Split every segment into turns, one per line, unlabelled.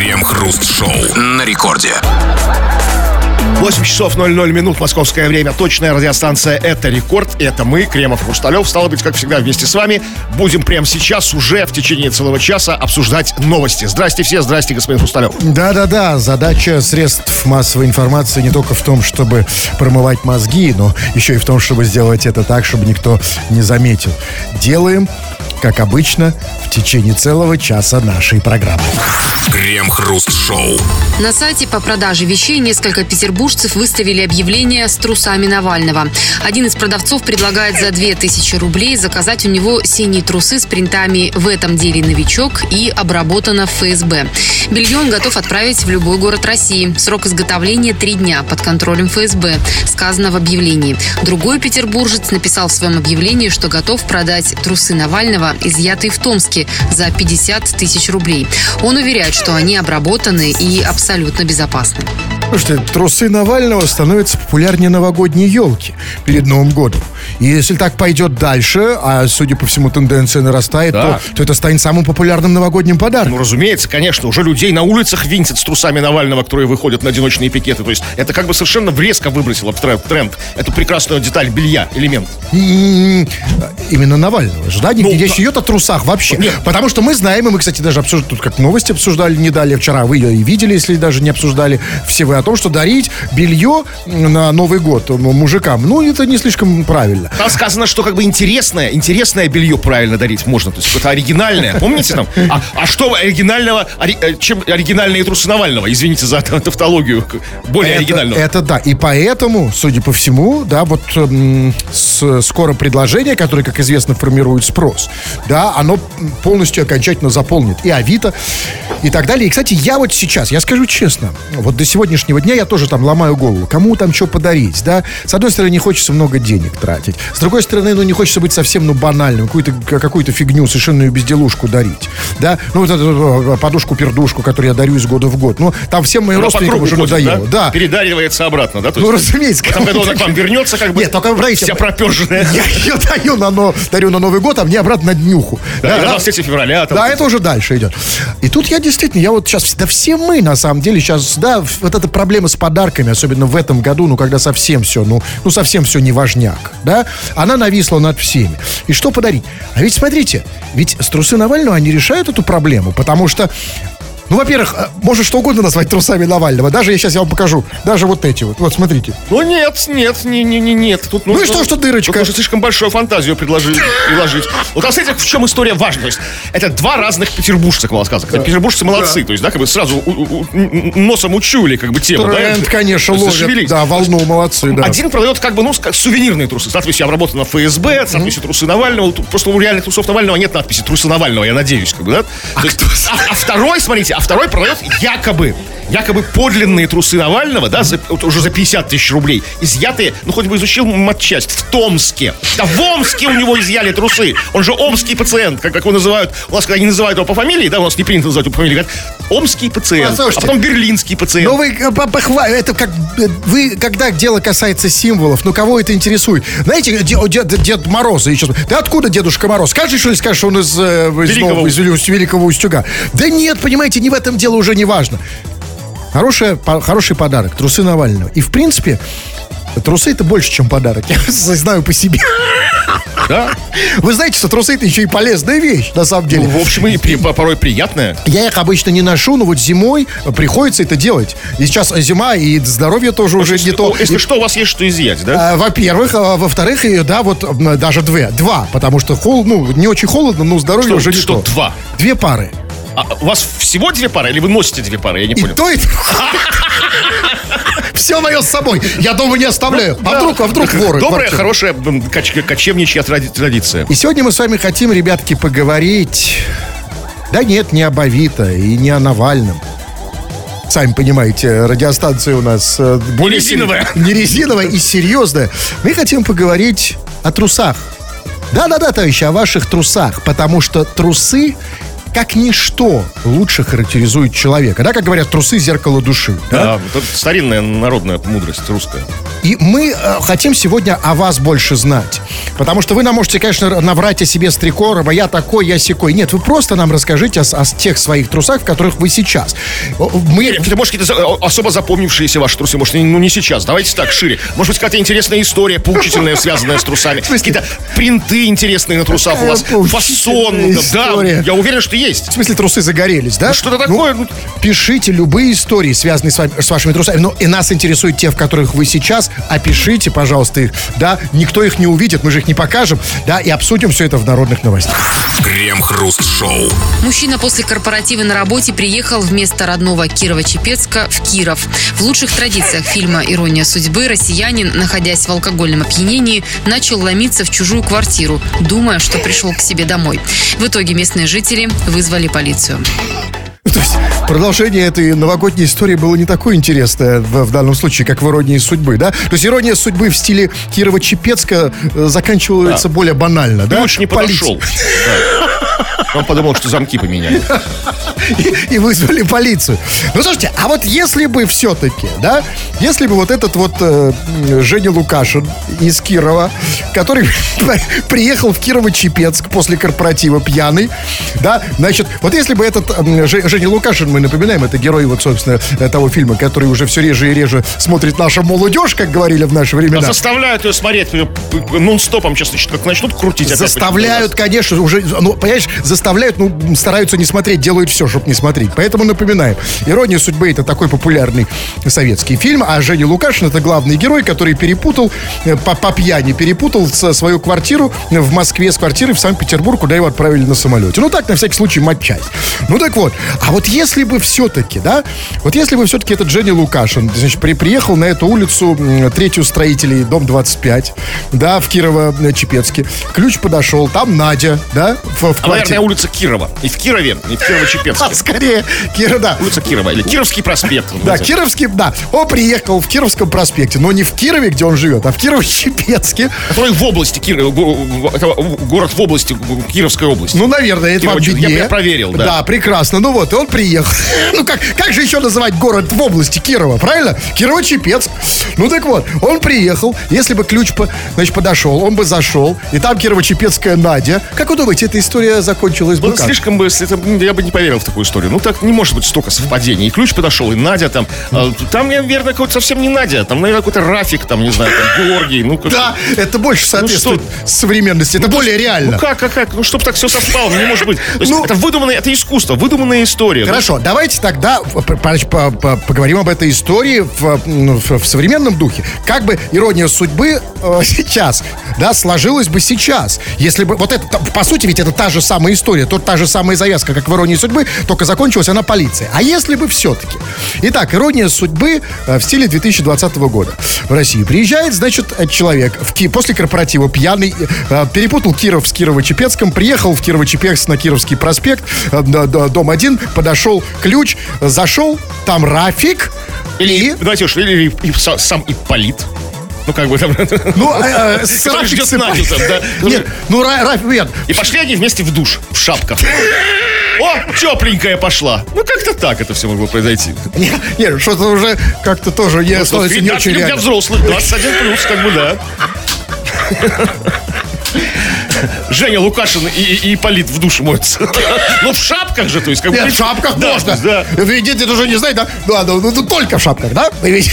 Крем-хруст-шоу на рекорде.
8 часов 00 минут, московское время. Точная радиостанция «Это Рекорд». Это мы, Кремов и Хрусталев. Стало быть, как всегда, вместе с вами будем прямо сейчас, уже в течение целого часа, обсуждать новости. Здрасте все, здрасте, господин Хрусталев.
Да-да-да, задача средств массовой информации не только в том, чтобы промывать мозги, но еще и в том, чтобы сделать это так, чтобы никто не заметил. Делаем, как обычно, в течение целого часа нашей программы.
Крем-хруст-шоу.
На сайте по продаже вещей несколько петербуржцев выставили объявление с трусами Навального. Один из продавцов предлагает за 2000 рублей заказать у него синие трусы с принтами «В этом деле новичок» и «Обработано в ФСБ». Белье он готов отправить в любой город России. Срок изготовления 3 дня под контролем ФСБ, сказано в объявлении. Другой петербуржец написал в своем объявлении, что готов продать трусы Навального, изъятые в Томске, за 50 тысяч рублей. Он уверяет, что они обработаны и абсолютно безопасны.
Слушайте, трусы Навального становятся популярнее новогодней елки перед Новым годом. И если так пойдет дальше, а, судя по всему, тенденция нарастает,
Да.
то это станет самым популярным новогодним подарком.
Ну, разумеется, конечно, уже людей на улицах винтят с трусами Навального, которые выходят на одиночные пикеты. То есть это как бы совершенно резко выбросило в тренд эту прекрасную деталь белья, элемент.
Именно Навального же, да? Речь идет о трусах вообще.
Нет.
Потому что мы знаем, и мы, кстати, даже обсуждали, тут как новости обсуждали не далее вчера, вы ее и видели, если даже не обсуждали, все вы о том, что дарить белье на Новый год мужикам, ну, это не слишком правильно.
Там сказано, что как бы интересное белье правильно дарить можно. То есть это оригинальное. Помните там? А что оригинального, чем оригинальные трусы Навального? Извините за тавтологию. Более оригинального.
Это да. И поэтому, судя по всему, да, вот скоро предложение, которое, как известно, формирует спрос, да, оно полностью окончательно заполнит и Авито, и так далее. И, кстати, я вот сейчас, я скажу честно, вот до сегодняшнего дня я тоже там ломаю голову, кому там что подарить, да. С одной стороны, не хочется много денег тратить. С другой стороны, ну, не хочется быть совсем, ну, банальным, какую-то фигню, совершенную безделушку дарить, да. Ну, вот эту подушку-пердушку, которую я дарю из года в год. Ну, там всем моим родственникам уже надоело. Да?
Передаривается обратно, да? То
Ну,
есть,
разумеется.
потом, когда он к вам вернется, как бы,
нет, только,
вся проперженная.
Я ее дарю на Новый год, а мне обратно на днюху.
Да, 23 февраля. Там,
да, это уже дальше идет. И тут я действительно, я вот сейчас, да все мы, на самом деле, сейчас, да, вот эта проблема с подарками, особенно в этом году, ну, когда совсем все, ну совсем все не важняк, да, она нависла над всеми. И что подарить? А ведь, смотрите, ведь трусы Навального, они решают эту проблему, потому что, ну, во-первых, можно что угодно назвать трусами Навального. Даже я вам покажу. Даже вот эти вот. Вот, смотрите.
Ну, нет. Тут,
Ну и что дырочка?
Тут нужно слишком большую фантазию приложить. Вот, а смотрите, в чем история важна. То есть, это два разных петербуржца, как было сказано. Петербуржцы молодцы. То есть, да, как бы сразу носом учуяли, как бы, тему.
Тренд,
да,
конечно, ловят. Да, волну, молодцы, да.
Один продает, как бы, ну, как сувенирные трусы. С надписью «Обработано в ФСБ», с надписью «Трусы Навального». Тут просто у реальных трусов Навального нет надписи «Трусы Навального», я надеюсь, как бы, да? А второй, смотрите, второй продает якобы подлинные трусы Навального, да, уже за 50 тысяч рублей, изъятые, ну, хоть бы изучил матчасть, в Томске. Да, в Омске у него изъяли трусы. Он же омский пациент, как его называют. У нас, когда не называют его по фамилии, да, у нас не принято называть его по фамилии, говорят, омский пациент,
послушайте,
а потом берлинский пациент.
Ну, вы это как вы, когда дело касается символов, ну, кого это интересует? Знаете, Дед Мороз, да откуда Дедушка Мороз? Скажешь, что он из Великого Устюга? Да нет, понимаете, не в этом дело уже не важно. Хороший подарок, трусы Навального. И, в принципе, трусы — это больше, чем подарок. Я знаю по себе.
Да?
Вы знаете, что трусы — это еще и полезная вещь, на самом деле.
Ну, в общем, и порой приятная.
Я их обычно не ношу, но вот зимой приходится это делать. И сейчас зима, и здоровье тоже уже не то.
Если что, у вас есть что изъять, да?
Во-первых. Во-вторых, да, вот даже два. Потому что не очень холодно, но здоровье уже не то.
Что два?
2 пары.
А у вас всего 2 пары, или вы носите 2 пары? Я не понял.
И то, и все мое с собой. Я дома не оставляю. А вдруг воры?
Добрая, хорошая кочевничья традиция.
И сегодня мы с вами хотим, ребятки, поговорить... Да нет, не об Авито и не о Навальном. Сами понимаете, радиостанция у нас...
Не резиновая.
Не резиновая и серьезная. Мы хотим поговорить о трусах. Да, товарищи, о ваших трусах. Потому что трусы... как ничто лучше характеризует человека. Да, как говорят, трусы — зеркало души.
Да, это старинная народная мудрость русская.
И мы хотим сегодня о вас больше знать. Потому что вы нам можете, конечно, наврать о себе с 3 короба: я такой, я сякой. Нет, вы просто нам расскажите о тех своих трусах, в которых вы сейчас.
Может, какие-то особо запомнившиеся ваши трусы. Может, не сейчас. Давайте так, шире. Может быть, какая-то интересная история, поучительная, связанная с трусами. Какие-то принты интересные на трусах у вас. Фасон. Да, я уверен, что есть.
В смысле, трусы загорелись, да?
Что-то такое.
Пишите любые истории, связанные с вашими трусами. Но и нас интересуют те, в которых вы сейчас. Опишите, пожалуйста, их. Да, никто их не увидит, мы же их не покажем. Да, и обсудим все это в народных новостях.
Крем-хруст-шоу.
Мужчина после корпоратива на работе приехал вместо родного Кирово-Чепецка в Киров. В лучших традициях фильма «Ирония судьбы» россиянин, находясь в алкогольном опьянении, начал ломиться в чужую квартиру, думая, что пришел к себе домой. В итоге местные жители вызвали полицию.
То есть продолжение этой новогодней истории было не такое интересное в данном случае, как в «Иронии судьбы», да? То есть «Ирония судьбы» в стиле Кирово-Чепецка заканчивается более банально, да?
Лучше не подошел. Он подумал, что замки поменяли.
И вызвали полицию. Ну, слушайте, а вот если бы все-таки, да, если бы вот этот вот Женя Лукашин из Кирова, который приехал в Кирово-Чепецк после корпоратива пьяный, да, значит, вот если бы этот Женя Лукашин, мы напоминаем, это герой вот, собственно, того фильма, который уже все реже и реже смотрит наша молодежь, как говорили в наши времена.
Заставляют ее смотреть нон-стопом, честно, как начнут крутить.
Заставляют, конечно, уже, ну, понимаешь, заставляют, ну, стараются не смотреть, делают все, чтобы не смотреть. Поэтому напоминаем, «Ирония судьбы» — это такой популярный советский фильм, а Женя Лукашин — это главный герой, который перепутал, по пьяни перепутал свою квартиру в Москве с квартирой в Санкт-Петербург, куда его отправили на самолете. Ну, так, на всякий случай, матчасть. Ну, так вот, а вот если бы все-таки, да, вот если бы все-таки этот Женя Лукашин, значит, приехал на эту улицу 3-ю строителей, дом 25, да, в Кирово-Чепецке, ключ подошел, там Надя, да, в квартире.
Наверное, улица Кирова. И в Кирове, и в Кирово-Чепецке.
Скорее, да.
Улица Кирова, или Кировский проспект.
Да, Кировский, да. Он приехал в Кировском проспекте, но не в Кирове, где он живет, а в Кирово-Чепецке.
Который в области Кирова, город в области, Кировской области.
Ну, наверное, это вам виднее.
Я проверил, да.
Да, прекрасно. Ну вот, и он приехал. Ну, как же еще называть город в области Кирова, правильно? Кирово-Чепецк. Ну, так вот, он приехал, если бы ключ, значит, подошел, он бы зашел, и там Кирово-Чепецкая Надя. Как вы думаете, эта история закончилась бы как?
Слишком бы, я бы не поверил в такую историю. Ну, так не может быть столько совпадений. И ключ подошел, и Надя там. Там, наверное, какой-то совсем не Надя. Там, наверное, какой-то Рафик, там, не знаю, там, Георгий. Ну,
да, это больше соответствует современности. Это более реально.
Ну, как? Ну, чтобы так все совпало, не может быть. То есть, это выдуманное, это искусство, выдуманная история.
Хорошо, давайте тогда поговорим об этой истории в современном духе. Как бы «Ирония судьбы» сейчас, да, сложилась бы сейчас. Если бы, вот это, по сути, ведь это та же самая история, та же самая завязка, как в «Иронии судьбы», только закончилась она полицией. А если бы все-таки? Итак, «Ирония судьбы» в стиле 2020 года. В России приезжает, значит, человек после корпоратива пьяный, перепутал Киров с Кирово-Чепецком, приехал в Кирово-Чепецк на Кировский проспект, дом 1, подошел, ключ, зашел, там Рафик.
Давайте уж, или сам Ипполит. Ну, как бы там...
Ну, Рафик
ждет Надю там, да?
Нет, ну, Рафик, нет.
И пошли они вместе в душ, в шапках. О, тепленькая пошла. Ну, как-то так это все могло произойти.
Нет, что-то уже как-то тоже не становится не очень реально.
Для взрослых, 21 плюс, как бы, да. Женя Лукашин и Ипполит в душе моются. Ну, в шапках же, то есть, как бы.
Нет, в шапках можно.
Да.
Вы видите, это уже не знаете, да? Ну, только в шапках, да? Вы видите?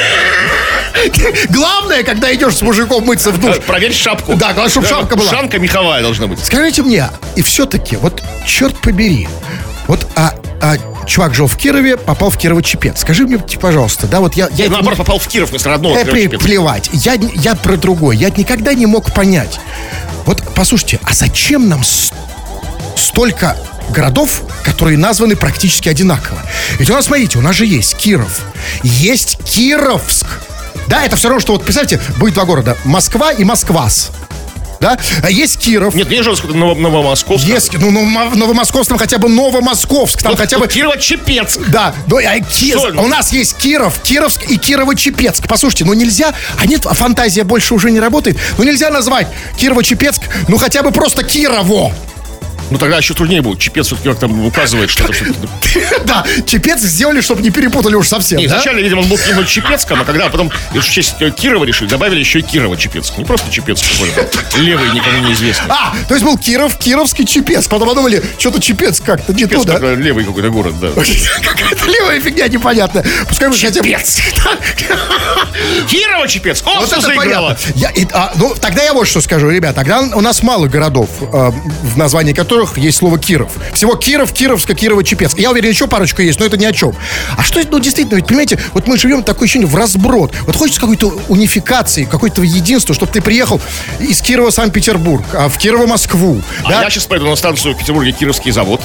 Главное, когда идешь с мужиком мыться в душ.
Проверь шапку.
Да, главное, чтобы шапка была.
Шанка меховая должна быть.
Скажите мне, и все-таки, вот, черт побери, вот, чувак жил в Кирове, попал в Кирово-Чепецк. Скажи мне, пожалуйста, да, вот я
наоборот, попал в Киров вместо родного Кирово-Чепецка.
Плевать, я про другое. Я никогда не мог понять. Вот, послушайте, а зачем нам столько городов, которые названы практически одинаково? Ведь у нас, смотрите, у нас же есть Киров, есть Кировск. Да, это все равно, что вот, представьте, будет 2 города, Москва и Москвас. Да? А есть Киров.
Нет, не же Новомосковск.
Есть, ну, Новомосковск, там хотя бы Новомосковск. Там вот хотя бы...
Кирово-Чепецк.
Да, у нас есть Киров, Кировск и Кирово-Чепецк. Послушайте, ну нельзя, фантазия больше уже не работает. Ну нельзя назвать Кирово-Чепецк, ну хотя бы просто Кирово.
Ну, тогда еще труднее будет. Чепец все-таки как там указывает что-то.
Да, Чепец сделали, чтобы не перепутали уж совсем, да?
Изначально, видимо, он был кинуть Чепецком, а когда потом в честь Кирова решили, добавили еще и Кирова Чепецк. Не просто Чепецк какой-то. Левый, никому не известный.
То есть был Кировский Чепец. Потом подумали, что-то Чепец как-то не
Чепец,
туда.
левый какой-то город, да.
Какая-то левая фигня непонятная. Пускай мы хотя бы...
Кирова Чепецк! О,
Вот
что
это
заиграло!
понятно. Ну, тогда я вот что скажу, ребят. Тогда у нас мало городов, в названии которых есть слово Киров. Всего Киров, Кировска, Кирово-Чепецк. Я уверен, еще парочку есть, но это ни о чем. А что это, ну, действительно, ведь, понимаете, вот мы живем такое ощущение в разброд. Вот хочется какой-то унификации, какой-то единства, чтобы ты приехал из Кирова в Санкт-Петербург, а в Кирово Москву. Да?
Я сейчас пойду на станцию в Петербурге Кировский завод.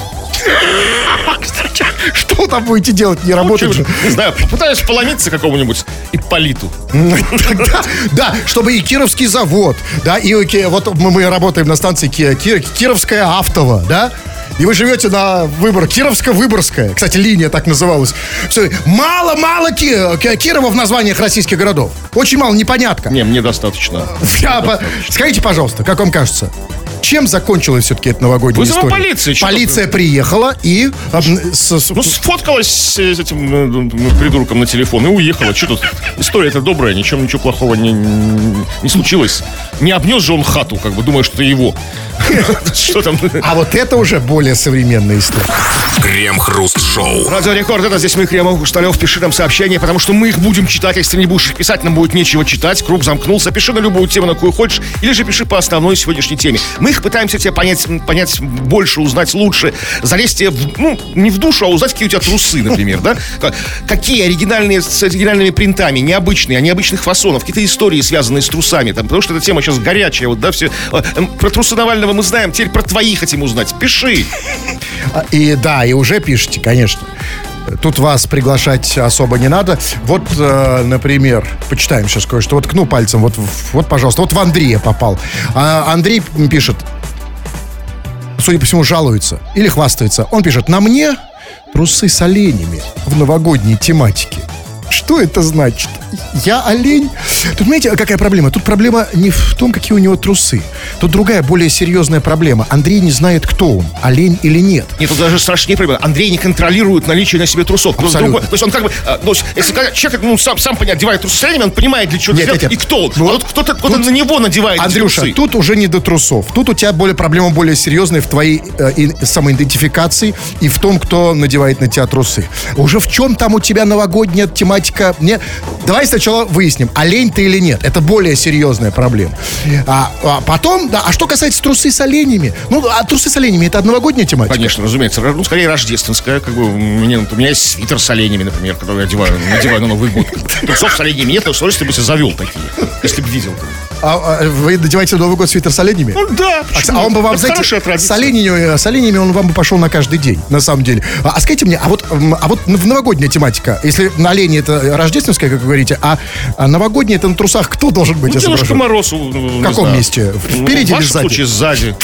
Что там будете делать? Не работает же.
Не знаю, попытаюсь поломиться какому-нибудь Ипполиту.
Да, чтобы и Кировский завод, да, и вот мы работаем на станции Кировская Автово, да, и вы живете на Кировско-Выборгская. Кстати, линия так называлась. Мало Кирова в названиях российских городов. Очень мало, непонятно.
Не, мне достаточно.
Скажите, пожалуйста, как вам кажется, чем закончилась все-таки эта новогодняя
Вызовом
история?
полиции.
Полиция приехала и...
Сфоткалась с этим придурком на телефон и уехала. Что тут? История-то добрая, ничего плохого не случилось. Не обнес же он хату, как бы, думая, что это его. Что там?
А вот это уже более современная история.
Крем-хруст-шоу.
Радио Рекорд, это здесь мы, Кремов, Шталев. Пиши нам сообщение, потому что мы их будем читать. Если ты не будешь их писать, нам будет нечего читать. Круг замкнулся. Пиши на любую тему, на какую хочешь. Или же пиши по основной сегодняшней теме. Мы их пытаемся тебя понять больше, узнать лучше. Залезть тебе, не в душу, а узнать, какие у тебя трусы, например, да? Какие оригинальные, с оригинальными принтами, необычные, необычных фасонов. Какие-то истории, связанные с трусами. Там, потому что эта тема сейчас горячая. Вот, да, все. Про трусы Навального мы знаем. Теперь про твои хотим узнать. Пиши.
И уже пишите, конечно. Тут вас приглашать особо не надо. Вот, например, почитаем сейчас кое-что. Вот ткну пальцем, вот, пожалуйста, вот в Андрея попал. Андрей пишет, судя по всему, жалуется или хвастается. Он пишет: на мне трусы с оленями в новогодней тематике. Что это значит? Я олень? Тут, понимаете, какая проблема? Тут проблема не в том, какие у него трусы. Тут другая, более серьезная проблема. Андрей не знает, кто он, олень или нет.
Нет, тут даже страшнее проблема. Андрей не контролирует наличие на себе трусов.
Абсолютно.
То есть он как бы, если человек сам одевает трусы с оленями, он понимает, для чего это и кто он.
Ну,
а вот кто-то на него надевает
Андрюша,
трусы.
тут уже не до трусов. Тут у тебя проблема более серьезная в твоей самоидентификации и в том, кто надевает на тебя трусы. Уже в чем там у тебя новогодняя тематика? Давай сначала выясним, олень ты или нет. Это более серьезная проблема. Потом, да, а что касается трусы с оленями? Трусы с оленями — это новогодняя тематика?
Конечно, разумеется. Скорее рождественская. Как бы, у меня есть свитер с оленями, например, который я надеваю на Новый год. Трусов с оленями нет, но с удовольствием бы себе завел такие, если бы видел.
Вы надеваете на Новый год свитер с оленями?
Ну да.
А он бы вам, знаете, с оленями он вам бы пошел на каждый день, на самом деле. А скажите мне, а вот в новогодняя тематика, если на олене это рождественская, как вы говорите, а новогодняя это на трусах кто должен быть изображен?
Дедушка Мороз.
В каком месте? Впереди или сзади?
В вашем случае сзади.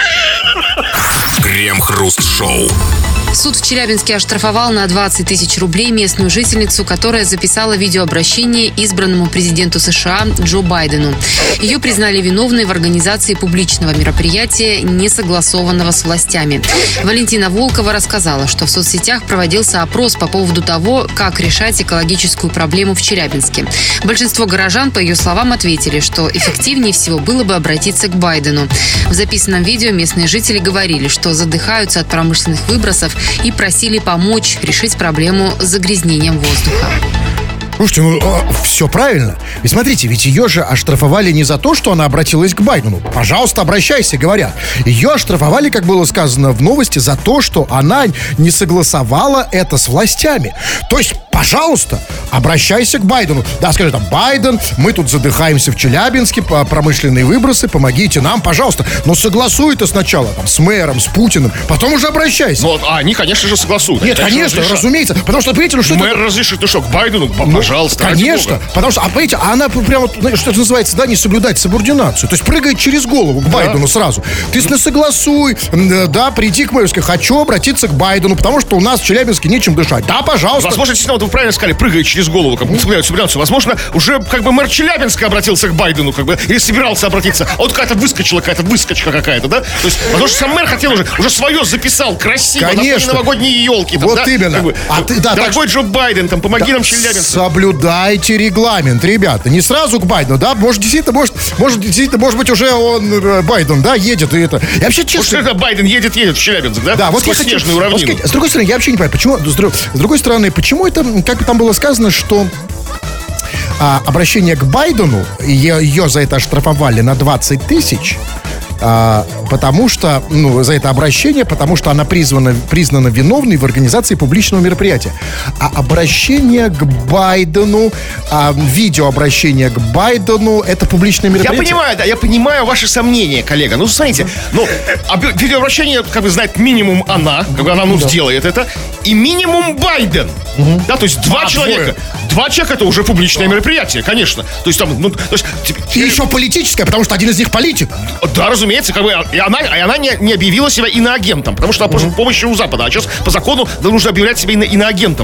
Крем-хруст-шоу.
Суд в Челябинске оштрафовал на 20 тысяч рублей местную жительницу, которая записала видеообращение избранному президенту США Джо Байдену. Ее признали виновной в организации публичного мероприятия, не согласованного с властями. Валентина Волкова рассказала, что в соцсетях проводился опрос по поводу того, как решать экологическую проблему в Челябинске. Большинство горожан, по ее словам, ответили, что эффективнее всего было бы обратиться к Байдену. В записанном видео местные жители говорили, что задыхаются от промышленных выбросов и просили помочь решить проблему с загрязнением воздуха.
Слушайте, все правильно. Ведь смотрите, ведь ее же оштрафовали не за то, что она обратилась к Байдену. Пожалуйста, обращайся, говорят. Ее оштрафовали, как было сказано в новости, за то, что она не согласовала это с властями. То есть, пожалуйста, обращайся к Байдену. Да, скажи там: Байден, мы тут задыхаемся в Челябинске, промышленные выбросы, помогите нам, пожалуйста. Но согласуй это сначала там с мэром, с Путиным, потом уже обращайся.
Ну, они, конечно же, согласуют.
Нет, конечно, разумеется. Потому что, понимаете, что
мэр разрешит, ты что, к Байдену? Пожалуйста. пожалуйста. ради
Конечно,
бога.
потому что, понимаете, она прямо, что это называется, да, не соблюдать субординацию. То есть прыгает через голову к Байдену сразу. Ты согласуй, да, приди к Мэйвски. Хочу обратиться к Байдену, потому что у нас в Челябинске нечем дышать. Да, пожалуйста.
Возможно, действительно, вот вы правильно сказали, прыгает через голову, как бы соблюдают субординацию. Возможно, уже как бы мэр Челябинска обратился к Байдену, как бы, или собирался обратиться. А вот какая-то выскочка какая-то, да? То есть, возможно, сам мэр хотел уже свое записал красиво.
Конечно.
На новогодние елки.
Вот
да?
именно.
Как бы, дорогой Джо Байден, там, помоги нам, Челябинск.
Соблюдайте регламент, ребята. Не сразу к Байдену, да? Может, быть, уже он, Байден, да, едет и это. Я вообще, честно...
Может, это Байден едет в Челябинск, да?
Да, вот я хочу
снежную равнину.
сказать, с другой стороны, я вообще не понимаю, почему, с другой стороны, почему это, как там было сказано, что обращение к Байдену, ее за это оштрафовали на 20 тысяч, потому что, за это обращение, потому что она признана виновной в организации публичного мероприятия. А обращение к Байдену, видеообращение к Байдену, это публичное мероприятие.
Я понимаю ваши сомнения, коллега. Ну, смотрите, видеообращение, как бы, знает минимум она, как бы она сделает это, и минимум Байден. Да, то есть два человека. Два человека — это уже публичное мероприятие, конечно. То есть там,
И еще политическое, потому что один из них политик.
Да, разумеется, как бы, и она не объявила себя иноагентом, потому что она просит помощи у Запада. А сейчас по закону нужно объявлять себя иноагентом.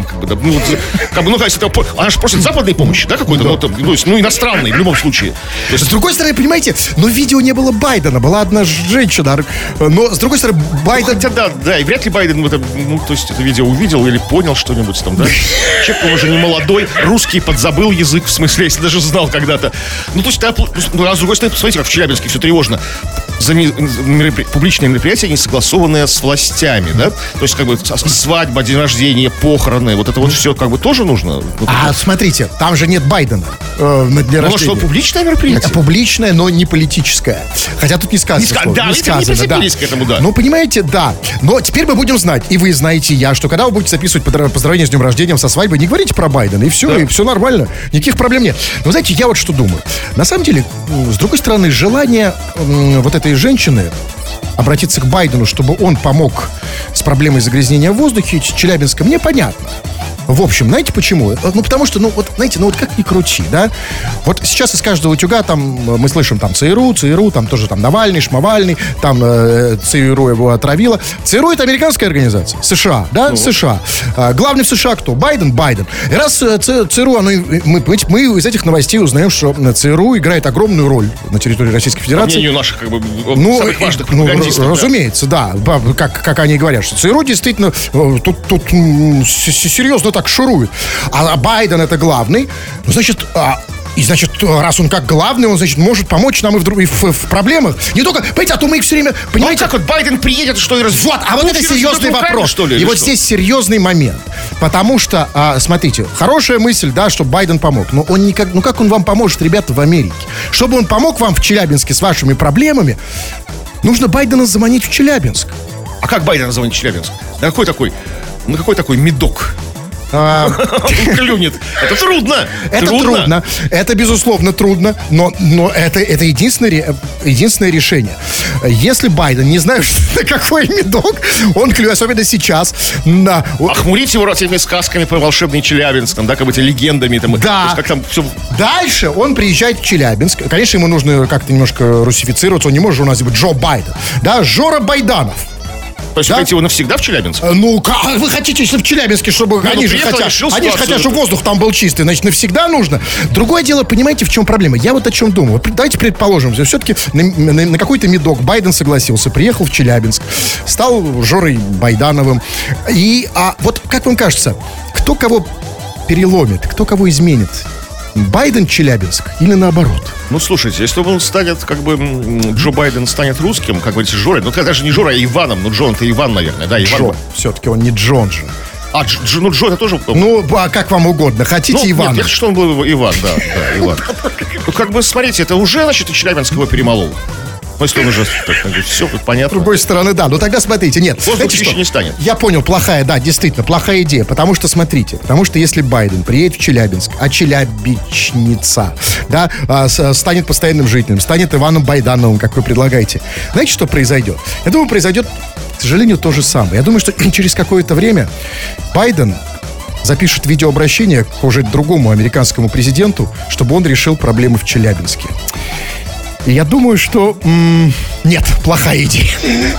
Она же просит западной помощи, да, какой-то, иностранной в любом случае.
С другой стороны, понимаете, видео не было Байдена, была одна женщина. Но, с другой стороны, Байден...
Хотя, да, и вряд ли Байден это видео увидел или понял что-нибудь там, да. Человек, он уже не молодой, русский подзабыл язык, в смысле, если даже знал когда-то. С другой стороны, посмотрите, как в Челябинске все тревожно. Публичное мероприятие, не согласованное с властями, да? То есть, как бы, свадьба, день рождения, похороны, вот это вот все, как бы, тоже нужно.
Смотрите, там же нет Байдена на дне рождения.
Что, публичное мероприятие?
Публичное, но не политическое. Хотя тут не сказано.
Да, не прицепились к этому, да.
Понимаете, да. Но теперь мы будем знать, и вы знаете, что когда вы будете записывать поздравления с днем рождения со свадьбой, не говорите про Байдена, и все, и все нормально. Никаких проблем нет. Но, знаете, я вот что думаю. На самом деле, с другой стороны, желание вот этой женщины обратиться к Байдену, чтобы он помог с проблемой загрязнения в воздухе Челябинска, мне понятно. В общем, знаете почему? Потому что, знаете, как ни крути, да? Вот сейчас из каждого утюга там мы слышим там ЦРУ, там тоже там Навальный, Шмавальный, там ЦРУ его отравило. ЦРУ — это американская организация, США, да, США. Главный в США кто? Байден. И раз ЦРУ, мы из этих новостей узнаем, что ЦРУ играет огромную роль на территории Российской Федерации.
По мнению наших, как бы, самых важных пропагандистов.
Разумеется, да. Как они говорят, что ЦРУ действительно тут серьезно так шурует. А Байден — это главный. Значит, раз он как главный, он, значит, может помочь нам и в проблемах. Не только, понимаете, а то мы их все время... Понимаете,
как вот Байден приедет, что и
Вот, а вот это серьезный вопрос.
Что ли,
и вот здесь серьезный момент. Потому что, смотрите, хорошая мысль, да, чтобы Байден помог. Но он никак... как он вам поможет, ребята, в Америке? Чтобы он помог вам в Челябинске с вашими проблемами, нужно Байдена заманить в Челябинск.
А как Байдена заманить в Челябинск? На какой такой медок? Клюнет. Это трудно.
Это трудно. Это, безусловно, трудно. Но это единственное решение. Если Байден, не знаю, на какой медок, он клюет, особенно сейчас.
Охмурить его этими сказками про волшебный Челябинск, там, да, как бы эти легендами. Там,
да.
Как там все...
Дальше он приезжает в Челябинск. Конечно, ему нужно как-то немножко русифицироваться. Он не может у нас быть Джо Байден. Да, Жора Байданов.
То есть, хотите его навсегда в Челябинск?
Вы хотите, если в Челябинске, чтобы... Они же хотят, чтобы воздух там был чистый. Значит, навсегда нужно. Другое дело, понимаете, в чем проблема? Я вот о чем думаю. Давайте предположим, все-таки на какой-то медок Байден согласился, приехал в Челябинск, стал Жорой Байдановым. Вот как вам кажется, кто кого переломит, кто кого изменит? Байден Челябинск или наоборот?
Слушайте, если он станет, как бы, Джо Байден станет русским, как говорится, Жорой, даже не Жорой, а Иваном. Джон-то Иван, наверное, да, Иван.
Джо, все-таки он не Джон же.
Джо это тоже...
как вам угодно. Хотите Ивана?
Нет, что он был Иван, да, Иван. Как бы, смотрите, это уже, значит, и Челябинск его перемолол. Если он уже, все понятно.
С другой стороны, да. Тогда смотрите, нет.
Воздух еще не станет.
Я понял, действительно, плохая идея. Потому что, смотрите, если Байден приедет в Челябинск, а челябинчница, да, станет постоянным жителем, станет Иваном Байдановым, как вы предлагаете, знаете, что произойдет? Я думаю, произойдет, к сожалению, то же самое. Я думаю, что через какое-то время Байден запишет видеообращение к уже другому американскому президенту, чтобы он решил проблемы в Челябинске. И я думаю, что... нет, плохая идея.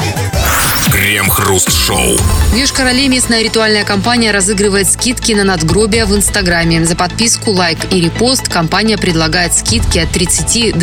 Крем-хруст-шоу.
В Йошкар-Оле местная ритуальная компания разыгрывает скидки на надгробия в Инстаграме. За подписку, лайк и репост компания предлагает скидки от 30 до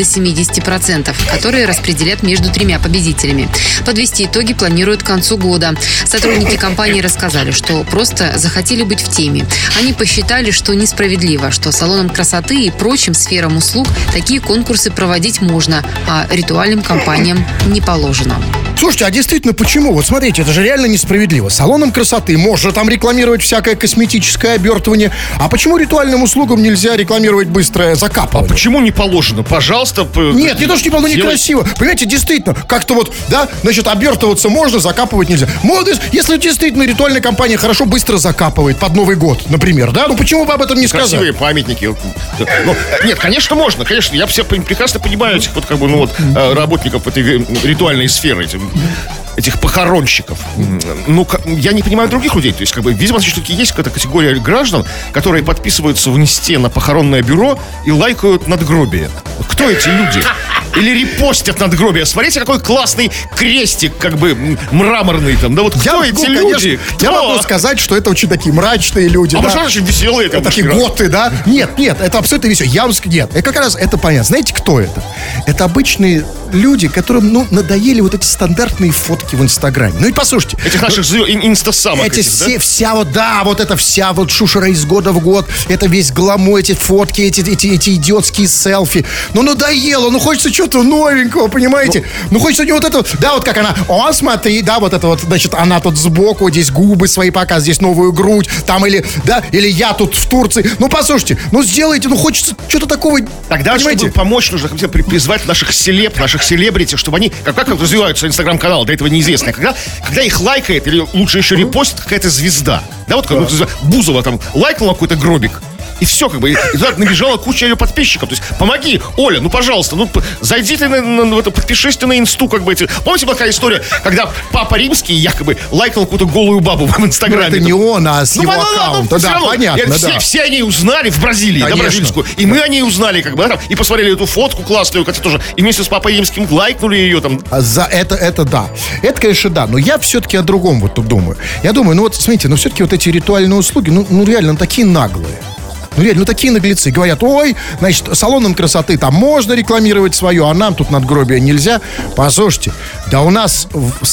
70%, которые распределят между 3 победителями. Подвести итоги планируют к концу года. Сотрудники компании рассказали, что просто захотели быть в теме. Они посчитали, что несправедливо, что салонам красоты и прочим сферам услуг такие конкурсы проводить можно, а ритуальным компаниям не положено.
Слушайте, а действительно, почему? Вот смотрите, это же реально несправедливо. Салонам красоты можно там рекламировать всякое косметическое обертывание. А почему ритуальным услугам нельзя рекламировать быстрое закапывание?
А почему не положено? Пожалуйста.
Нет, не то, что не положено, некрасиво. Понимаете, действительно, как-то вот, да, значит, обертываться можно, закапывать нельзя. Молодец, если действительно ритуальная компания хорошо быстро закапывает под Новый год, например, да, ну почему бы об этом не сказать?
Красивые памятники. Ну, нет, конечно, можно, конечно. Я все прекрасно понимаю этих вот, как бы, ну вот, работников этой ритуальной сферы, этих похоронщиков. Ну, я не понимаю других людей. То есть, как бы, видимо, все-таки есть какая-то категория граждан, которые подписываются в инсте на похоронное бюро и лайкают надгробие. Кто эти люди? Или репостят надгробие. Смотрите, какой классный крестик, как бы, мраморный там. Да вот кто эти люди?
Я могу сказать, что это очень такие мрачные люди.
А может, очень веселые.
Такие готы, да? Нет, это абсолютно весело. Я вам скажу, нет. Это как раз, это понятно. Знаете, кто это? Это обычные люди, которым, ну, надоели вот эти стандартные фотки в Инстаграме. Ну и послушайте.
Этих наших инстасамок.
Эти все, да? Вся вот, да, вот эта вся вот шушера из года в год. Это весь гламур, эти фотки, эти идиотские селфи. Ну, надоело, ну, хочется чего-то новенького, понимаете? Ну, хочется у него вот это, да, вот как она, о, смотри, да, вот это вот, значит, она тут сбоку, здесь губы свои показывает, здесь новую грудь, там или, да, или я тут в Турции. Ну, послушайте, ну, сделайте, ну, хочется что-то такого,
тогда, понимаете? Чтобы помочь, нужно призвать наших селебрити, чтобы они, как развиваются инстаграм-каналы, до этого неизвестно, когда их лайкает, или лучше еще репостит какая-то звезда. Да, вот как Бузова там лайкнула какой-то гробик. И все, как бы, и туда набежала куча ее подписчиков. То есть, помоги, Оля, ну, пожалуйста, ну, зайди ты подпишись ты на инсту, как бы, эти. Помните, была такая история, когда Папа Римский якобы лайкнул какую-то голую бабу в Инстаграме?
Ну, это не он, а с его аккаунта. Да, понятно, да.
Все они узнали в Бразилии, да, бразильскую. И мы о ней узнали, как бы, да, там, и посмотрели эту фотку классную, хотя тоже, и вместе с Папой Римским лайкнули ее там.
За это да. Это, конечно, да. Но я все-таки о другом вот тут думаю. Я думаю, ну, вот, смотрите, ну, все-таки вот эти ритуальные услуги, ну реально, такие наглые. Ну, реально, ну, такие наглецы. Говорят, ой, значит, салонам красоты там можно рекламировать свое, а нам тут надгробие нельзя. Послушайте, да у нас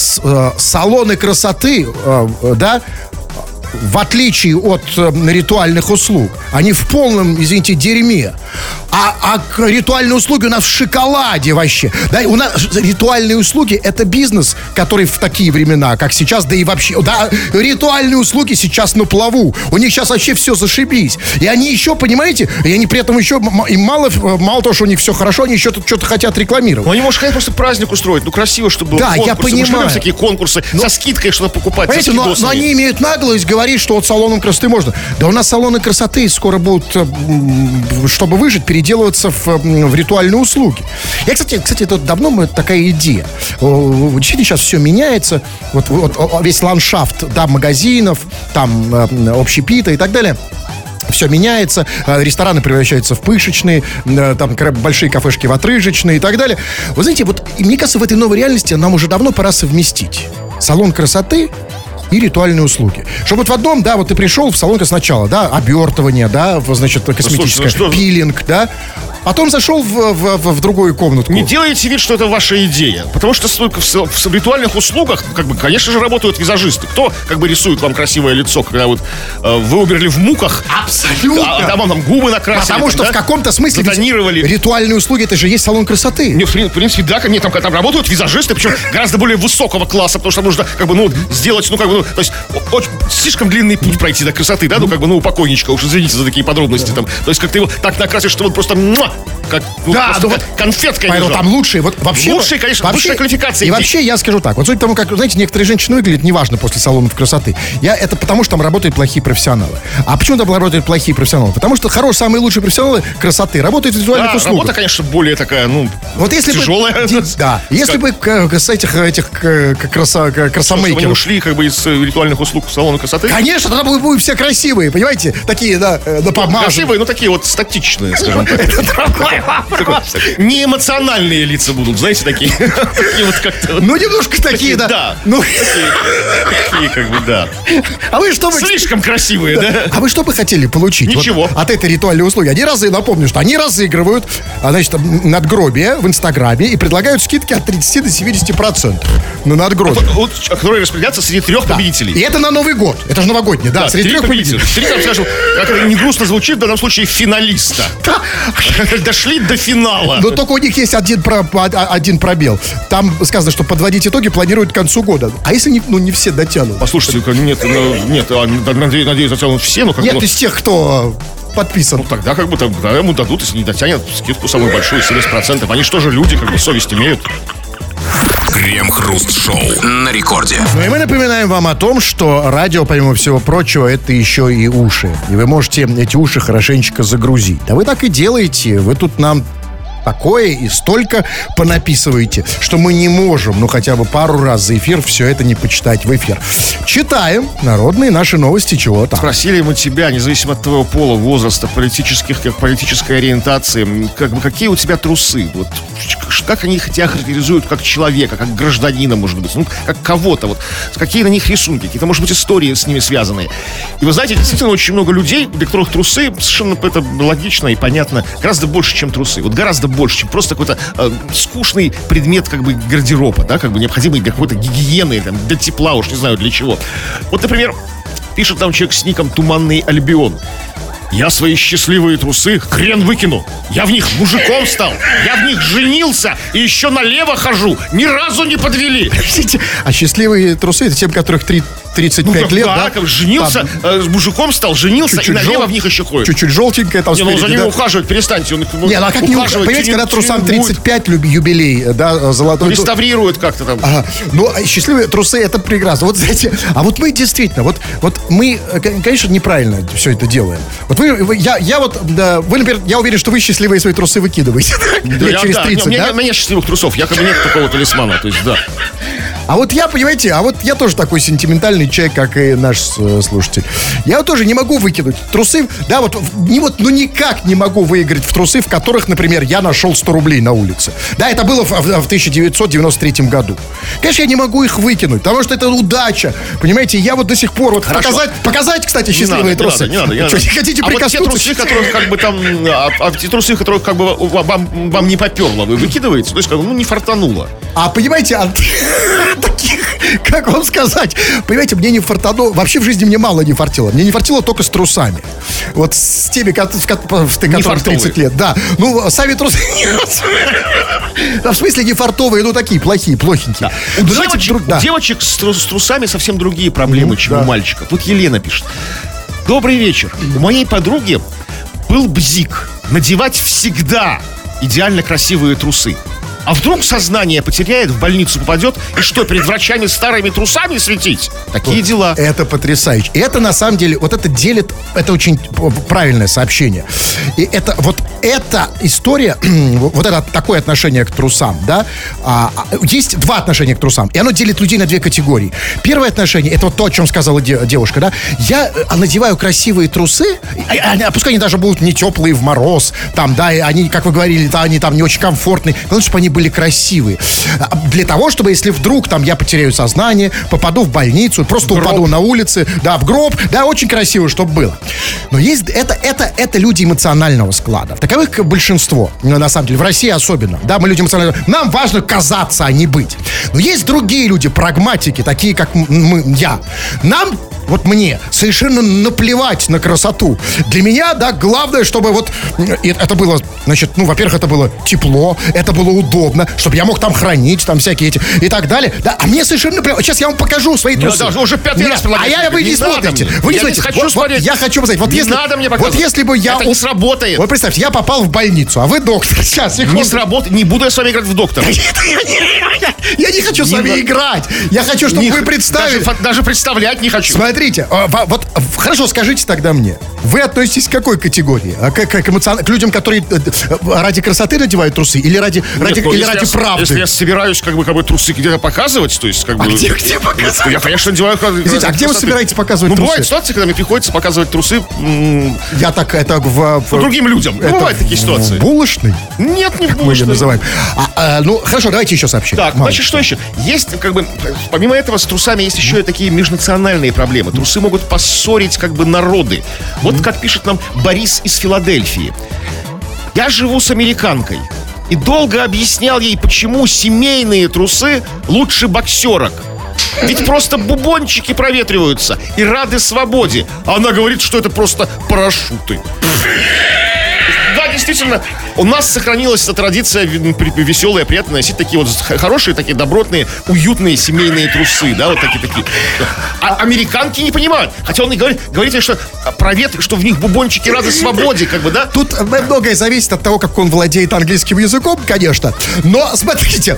салоны красоты, да, в отличие от ритуальных услуг, они в полном, извините, дерьме. А ритуальные услуги у нас в шоколаде вообще. Да, у нас ритуальные услуги — это бизнес, который в такие времена, как сейчас, да и вообще, да, ритуальные услуги сейчас на плаву. У них сейчас вообще все зашибись. И они еще, понимаете, и они при этом еще, им мало того, что у них все хорошо, они еще тут что-то хотят рекламировать.
Ну, они, может, хотят просто праздник устроить. Ну, красиво, чтобы был
да,
конкурс.
Я понимаю.
Всякие конкурсы, со скидкой что-то покупать.
Понимаете, но они имеют наглость говорить, что вот салонам красоты можно. Да у нас салоны красоты скоро будут, чтобы выжить, переделываться в ритуальные услуги. Я, кстати, это давно такая идея. Действительно, сейчас все меняется. Вот весь ландшафт, да, магазинов, там общепита и так далее. Все меняется, рестораны превращаются в пышечные, там большие кафешки в отрыжечные и так далее. Вы знаете, вот мне кажется, в этой новой реальности нам уже давно пора совместить салон красоты и ритуальные услуги. Чтобы вот в одном, да, вот ты пришел в салон сначала, да, обертывание, да, значит, косметическое, пилинг, да, потом зашел в другую комнатку.
Не делайте вид, что это ваша идея. Потому что в ритуальных услугах, как бы, конечно же, работают визажисты. Кто, как бы, рисует вам красивое лицо, когда вот вы умерли в муках.
Абсолютно.
А вам там губы накрасили.
Потому что в каком-то смысле ритуальные услуги, это же есть салон красоты.
Не, в принципе, да, нет, там работают визажисты, причем гораздо более высокого класса, потому что нужно, как бы, ну, сделать, ну, как бы, ну, то есть, слишком длинный путь пройти до красоты, да, ну, как бы, ну, у покойничка, уж извините за такие подробности, там. То есть, как ты его так накрасишь, что вот просто Как,
Да, ну вот
конфетка
поэтому
лежала.
там лучшие, вот вообще...
Лучшие, конечно, высшая квалификация.
И вообще, я скажу так, вот судя по тому, как, знаете, некоторые женщины выглядят неважно после салонов красоты. Это потому, что там работают плохие профессионалы. А почему там работают плохие профессионалы? Потому что самые лучшие профессионалы красоты работают в визуальных
Да,
услугах.
работа, конечно, более такая,
Вот если
тяжелая.
Да, если бы с этих
Чтобы они
красомейкеров...
ушли как бы из ритуальных услуг в салона красоты.
Конечно, тогда будут все красивые, понимаете? Такие, да, напомаженные.
Красивые, но такие вот статичные, скажем так.
Это другой вопрос.
Не эмоциональные лица будут, знаете, такие. Такие вот как-то.
Ну, немножко такие, да.
Да.
Ну,
Такие, как бы, да.
а вы что бы...
Слишком красивые, да?
А вы что бы хотели получить?
Ничего.
Вот от этой ритуальной услуги? Напомню, что они разыгрывают, значит, надгробие в Инстаграме и предлагают скидки от 30 до 70% на надгробие.
Которые распределятся среди 3 победителей.
И это на Новый год. Это же новогодний, да, среди 3 победителей.
3, там, скажем, как это не грустно звучит, в данном случае финалиста. Дошли до финала.
Но только у них есть один пробел. Там сказано, что подводить итоги планируют к концу года. А если не все дотянут?
Послушайте, нет, надеюсь, затянут все, но как
Нет, из тех, кто подписан.
тогда как бы тогда ему дадут, если не дотянет, скидку самую большую, 70%. Они что же люди, как бы совесть имеют.
Крем-хруст-шоу на рекорде.
Ну и мы напоминаем вам о том, что радио, помимо всего прочего, это еще и уши. И вы можете эти уши хорошенечко загрузить. Да вы так и делаете. Вы тут нам такое и столько понаписываете, что мы не можем, хотя бы пару раз за эфир все это не почитать в эфир. Читаем народные наши новости, чего там.
Спросили мы тебя, независимо от твоего пола, возраста, политической ориентации, какие у тебя трусы? Вот, как они тебя характеризуют как человека, как гражданина, может быть, как кого-то, какие на них рисунки, какие-то, может быть, истории с ними связанные. И вы знаете, действительно очень много людей, для которых трусы, совершенно это логично и понятно, гораздо больше, чем трусы. Вот гораздо больше, чем просто какой-то скучный предмет как бы гардероба, да, как бы необходимый для какой-то гигиены, там, для тепла, уж не знаю для чего. Вот, например, пишет там человек с ником «Туманный Альбион». Я свои счастливые трусы хрен выкину. Я в них мужиком стал. Я в них женился. И еще налево хожу. Ни разу не подвели.
А счастливые трусы — это те, у которых 35 лет, да?
Как женился, с мужиком стал, женился,
Чуть-чуть
и налево в них еще ходит.
Чуть-чуть желтенькое там
За
спереди,
ним
да?
ухаживать перестаньте. Он
Не, а как не
ухаживать,
понимаете, когда трусам
тренирует,
35 юбилей, да, золотой...
реставрирует как-то там.
Ага. А счастливые трусы — это прекрасно. Вот, знаете, а вот мы действительно, вот мы, конечно, неправильно все это делаем. Вот вы, например, я уверен, что вы счастливые свои трусы выкидываете. Лет через 30, да?
У меня счастливых трусов, якобы нет такого талисмана, то есть, да.
А вот я, понимаете, я тоже такой сентиментальный человек, как и наш слушатель. Я тоже не могу выкинуть трусы, да, никак не могу выиграть в трусы, в которых, например, я нашел 100 рублей на улице. Да, это было в 1993 году. Конечно, я не могу их выкинуть, потому что это удача. Понимаете, я до сих пор показать, кстати, счастливые трусы.
Не надо.
Что, не хотите прикоснуться?
А вот те трусы, которых как бы там, те трусы, которых как бы вам не поперло, вы выкидываете, то есть как бы, не фартануло.
А понимаете, таких, как вам сказать, понимаете, мне не фартануло, вообще в жизни мне мало не фартило. Мне не фартило только с трусами. Вот с теми, которым 30 лет. Да, сами трусы. В смысле не фартовые, такие плохие, плохенькие.
У девочек с трусами совсем другие проблемы, чем у мальчиков. Вот Елена пишет. Добрый вечер. У моей подруги был бзик. Надевать всегда идеально красивые трусы. А вдруг сознание потеряет, в больницу попадет, и что, перед врачами старыми трусами светить? Такие дела.
Это потрясающе. И это, на самом деле, это делит, это очень правильное сообщение. И это, эта история, это такое отношение к трусам, да, есть два отношения к трусам, и оно делит людей на две категории. Первое отношение, это то, о чем сказала девушка, да, я надеваю красивые трусы, пускай они даже будут не теплые в мороз, там, да, и они, как вы говорили, да, они там не очень комфортные, главное, чтобы они были красивые. Для того, чтобы, если вдруг там я потеряю сознание, попаду в больницу, просто упаду на улице, да, в гроб, да, очень красиво, чтобы было. Но есть, это люди эмоционального склада. Таковых большинство, на самом деле, в России особенно. Да, мы люди эмоционального. Нам важно казаться, а не быть. Но есть другие люди, прагматики, такие, как я. Нам вот мне совершенно наплевать на красоту. Для меня, да, главное, чтобы вот это было, значит, ну, во-первых, это было тепло, это было удобно, чтобы я мог там хранить, там всякие эти и так далее. Да, а мне совершенно наплевать. Сейчас я вам покажу свои трусы.
Да, уже 5-й раз предлагаете.
Вы не смотрите. Вы не смотрите.
Хочу смотреть.
Я хочу посмотреть. Вот
не
если,
надо мне показывать.
Вот если бы я...
Это не сработает.
Вот представьте, я попал в больницу, а вы доктор. Сейчас,
не сработает. Не буду я с вами играть в доктора.
Я не хочу с вами играть. Я хочу, чтобы вы представили.
Даже представлять не хочу.
Смотрите, вот хорошо, скажите тогда мне. Вы относитесь к какой категории? К людям, которые ради красоты надевают трусы? Или ради правды?
Если я собираюсь как бы трусы где-то показывать, то есть как бы...
Где показывать?
Я, конечно, надеваю...
Извините, а где вы собираетесь показывать трусы?
Бывают ситуации, когда мне приходится показывать трусы...
Я так, это
другим людям. Бывают такие ситуации.
Булочный?
Нет, не в
Мы ее
булочной.
называем. Ну, хорошо, давайте еще сообщим.
Так, значит, что еще? Есть, как бы, помимо этого, с трусами есть еще и такие межнациональные проблемы. Трусы могут поссорить, как бы, народы. Вот как пишет нам Борис из Филадельфии. Я живу с американкой и долго объяснял ей, почему семейные трусы лучше боксерок. Ведь просто бубончики проветриваются и рады свободе. А она говорит, что это просто парашюты. Да, действительно, у нас сохранилась эта традиция веселая, приятная носить такие вот хорошие, такие добротные, уютные семейные трусы, да, вот такие. А американки не понимают. Хотя он и говорит, что что в них бубончики рады свободе, как бы, да?
Тут многое зависит от того, как он владеет английским языком, конечно. Но, смотрите,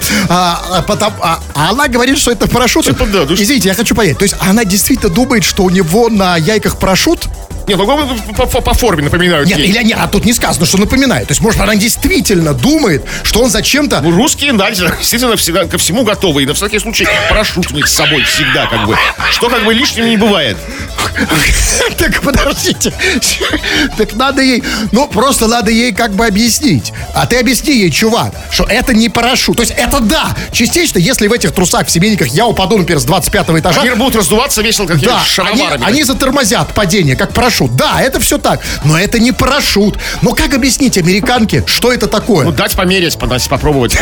она говорит, что это парашют.
Типа, да,
извините, я хочу понять. То есть она действительно думает, что у него на яйках парашют?
Нет, по форме напоминают.
Нет, а тут не сказано, что напоминает. То есть, может, она действительно думает, что он зачем-то...
Ну, русские, да, действительно, всегда ко всему готовы. И на всякий случай парашют у них с собой всегда, как бы. Что, как бы, лишним не бывает.
Так, подождите. Так надо ей... Ну, просто надо ей как бы объяснить. А ты объясни ей, чувак, что это не парашют. То есть, это да, частично, если в этих трусах, в семейниках я упаду, например, с 25-го этажа...
Они будут раздуваться весело, как шароварами.
Они затормозят падение, как парашют. Да, это все так. Но это не парашют. Но как объяснить американке, что это такое?
Ну, дать померить, попробовать.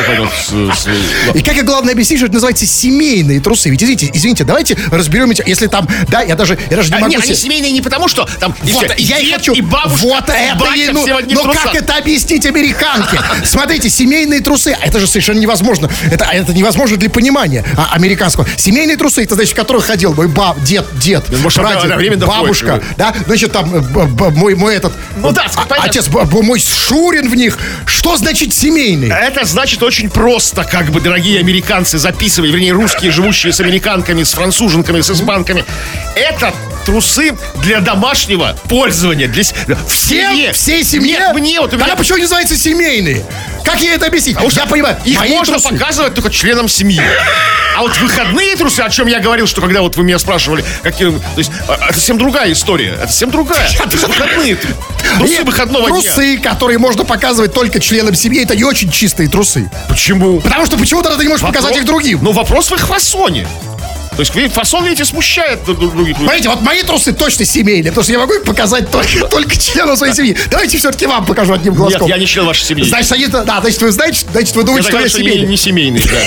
И как, главное, объяснить, что это называется семейные трусы. Ведь, извините, давайте разберем, если там, да, я даже не могу...
Нет, они семейные не потому, что там
вот,
и дед,
хочу,
и бабушка,
вот
и батя, все в одних
но
трусах.
как это объяснить американке? Смотрите, семейные трусы, это же совершенно невозможно. Это невозможно для понимания американского. Семейные трусы, это значит, в которых ходил мой дед, прадед, бабушка, да, значит, там мой этот отец, мой Шурин в них. Что значит семейный?
Это значит очень просто, как бы, дорогие американцы, записывали, вернее, русские, живущие с американками, с француженками, с испанками. Это трусы для домашнего пользования.
Всей семье?
Нет, мне вот...
Тогда почему они называются семейные? Как я это объяснить? Я понимаю,
их можно показывать только членам семьи. А вот выходные трусы, о чем я говорил, что когда вот вы меня спрашивали, какие... То есть, это совсем другая история. Это совсем другая. Выходные трусы выходного дня.
Трусы, которые можно показывать только членам семьи, это не очень чистые трусы.
Почему?
Потому что почему-то ты не можешь показать их другим.
Ну, вопрос в их фасоне. То есть фасон, видите, смущает других.
Смотрите, вот мои трусы точно семейные, потому что я могу их показать только членам своей семьи. Давайте все-таки вам покажу одним глазком.
Нет, я не член вашей семьи.
Значит, значит, вы знаете, значит, вы думаете, что я семейный.
Не семейный, да.